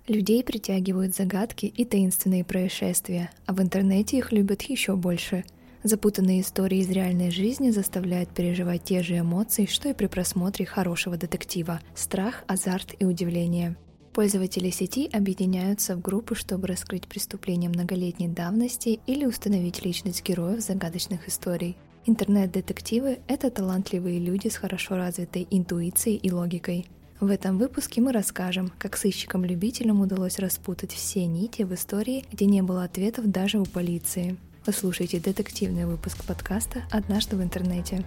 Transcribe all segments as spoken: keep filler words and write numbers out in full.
Людей притягивают загадки и таинственные происшествия, а в интернете их любят еще больше. Запутанные истории из реальной жизни заставляют переживать те же эмоции, что и при просмотре хорошего детектива – страх, азарт и удивление. Пользователи сети объединяются в группы, чтобы раскрыть преступления многолетней давности или установить личность героев загадочных историй. Интернет-детективы – это талантливые люди с хорошо развитой интуицией и логикой. В этом выпуске мы расскажем, как сыщикам-любителям удалось распутать все нити в истории, где не было ответов даже у полиции. Вы слушаете детективный выпуск подкаста «Однажды в интернете».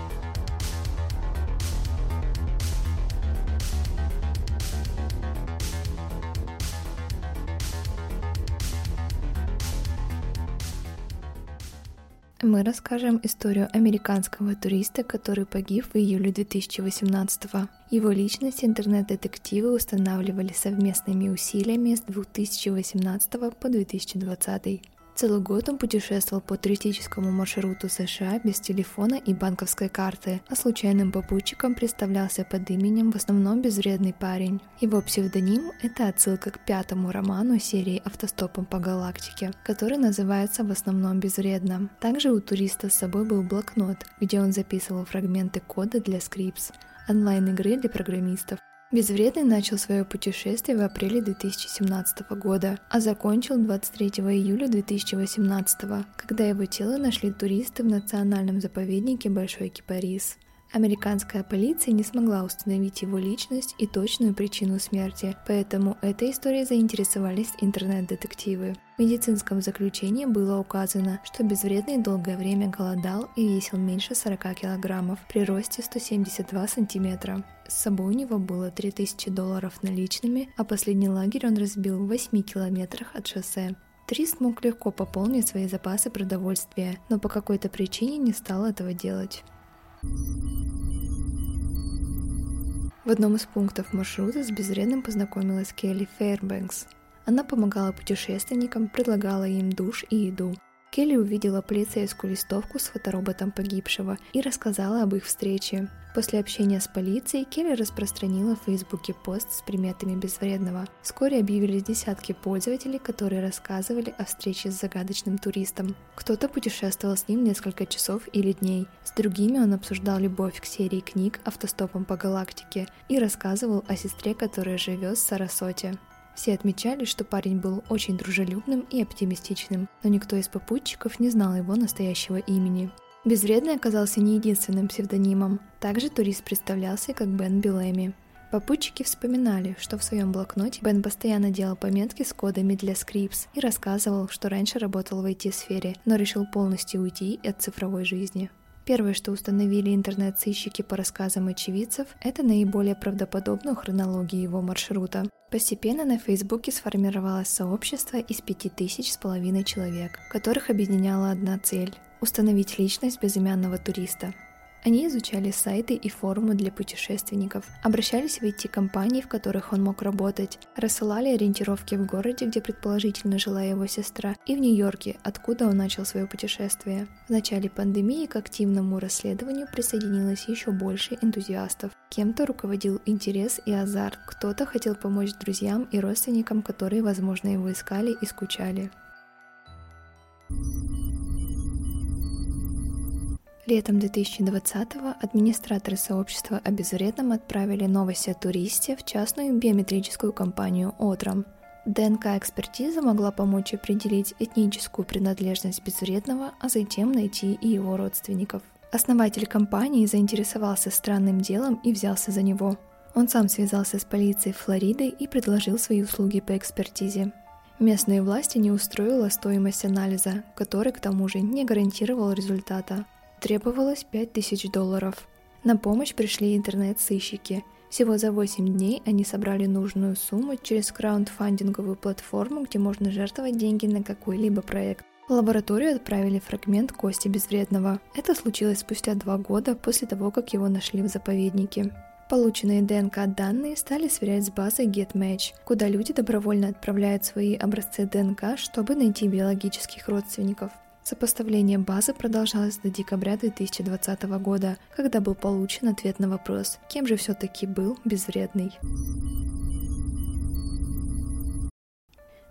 Мы расскажем историю американского туриста, который погиб в июле две тысячи восемнадцатого. Его личность интернет-детективы устанавливали совместными усилиями с две тысячи восемнадцатого по две тысячи двадцатый. Целый год он путешествовал по туристическому маршруту США без телефона и банковской карты, а случайным попутчиком представлялся под именем в основном «Безвредный парень». Его псевдоним – это отсылка к пятому роману серии «Автостопом по галактике», который называется в основном «Безвредно». Также у туриста с собой был блокнот, где он записывал фрагменты кода для Scripps, онлайн-игры для программистов. Безвредный начал свое путешествие в апреле две тысячи семнадцатого года, а закончил двадцать третьего июля две тысячи восемнадцатого, когда его тело нашли туристы в национальном заповеднике Большой Кипарис. Американская полиция не смогла установить его личность и точную причину смерти, поэтому этой историей заинтересовались интернет-детективы. В медицинском заключении было указано, что Безвредный долгое время голодал и весил меньше сорока килограммов при росте сто семьдесят два сантиметра. С собой у него было три тысячи долларов наличными, а последний лагерь он разбил в восьми километрах от шоссе. Турист мог легко пополнить свои запасы продовольствия, но по какой-то причине не стал этого делать. В одном из пунктов маршрута с Безвредным познакомилась Келли Фэрбэнкс. Она помогала путешественникам, предлагала им душ и еду. Келли увидела полицейскую листовку с фотороботом погибшего и рассказала об их встрече. После общения с полицией Келли распространила в Фейсбуке пост с приметами Безвредного. Вскоре объявились десятки пользователей, которые рассказывали о встрече с загадочным туристом. Кто-то путешествовал с ним несколько часов или дней, с другими он обсуждал любовь к серии книг «Автостопом по галактике» и рассказывал о сестре, которая живет в Сарасоте. Все отмечали, что парень был очень дружелюбным и оптимистичным, но никто из попутчиков не знал его настоящего имени. Безвредный оказался не единственным псевдонимом. Также турист представлялся как Бен Белэми. Попутчики вспоминали, что в своем блокноте Бен постоянно делал пометки с кодами для Scripps и рассказывал, что раньше работал в ай ти-сфере, но решил полностью уйти от цифровой жизни. Первое, что установили интернет-сыщики по рассказам очевидцев, это наиболее правдоподобную хронологию его маршрута. Постепенно на Фейсбуке сформировалось сообщество из пяти тысяч с половиной человек, которых объединяла одна цель – установить личность безымянного туриста. Они изучали сайты и форумы для путешественников, обращались в ай ти-компании, в которых он мог работать, рассылали ориентировки в городе, где предположительно жила его сестра, и в Нью-Йорке, откуда он начал свое путешествие. В начале пандемии к активному расследованию присоединилось еще больше энтузиастов. Кем-то руководил интерес и азарт, кто-то хотел помочь друзьям и родственникам, которые, возможно, его искали и скучали. Летом две тысячи двадцатого администраторы сообщества о Безвредном отправили новость о туристе в частную биометрическую компанию Отрам. ДНК-экспертиза могла помочь определить этническую принадлежность Безвредного, а затем найти и его родственников. Основатель компании заинтересовался странным делом и взялся за него. Он сам связался с полицией Флориды и предложил свои услуги по экспертизе. Местные власти не устроила стоимость анализа, который к тому же не гарантировал результата. Требовалось пять тысяч долларов. На помощь пришли интернет-сыщики. Всего за восемь дней они собрали нужную сумму через краундфандинговую платформу, где можно жертвовать деньги на какой-либо проект. В лабораторию отправили фрагмент кости Безвредного. Это случилось спустя два года после того, как его нашли в заповеднике. Полученные ДНК-данные стали сверять с базой GetMatch, куда люди добровольно отправляют свои образцы ДНК, чтобы найти биологических родственников. Сопоставление базы продолжалось до декабря две тысячи двадцатого года, когда был получен ответ на вопрос, кем же все-таки был Безвредный.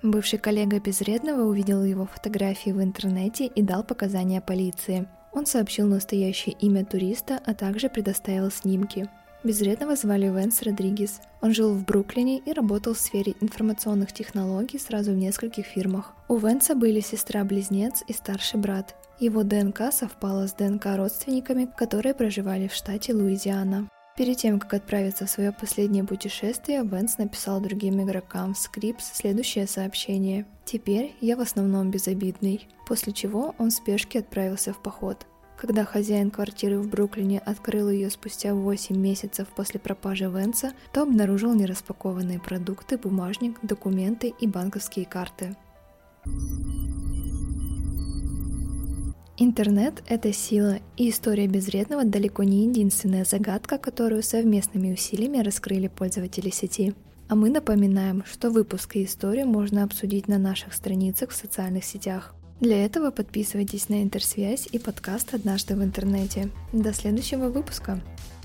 Бывший коллега Безвредного увидел его фотографии в интернете и дал показания полиции. Он сообщил настоящее имя туриста, а также предоставил снимки. Безвредного звали Венс Родригес. Он жил в Бруклине и работал в сфере информационных технологий сразу в нескольких фирмах. У Венса были сестра-близнец и старший брат. Его ДНК совпала с ДНК родственниками, которые проживали в штате Луизиана. Перед тем, как отправиться в свое последнее путешествие, Венс написал другим игрокам в Скрипс следующее сообщение: «Теперь я в основном безобидный», после чего он в спешке отправился в поход. Когда хозяин квартиры в Бруклине открыл ее спустя восемь месяцев после пропажи Венса, то обнаружил нераспакованные продукты, бумажник, документы и банковские карты. Интернет — это сила, и история Безвредного далеко не единственная загадка, которую совместными усилиями раскрыли пользователи сети. А мы напоминаем, что выпуск и историю можно обсудить на наших страницах в социальных сетях. Для этого подписывайтесь на Интерсвязь и подкаст «Однажды в интернете». До следующего выпуска!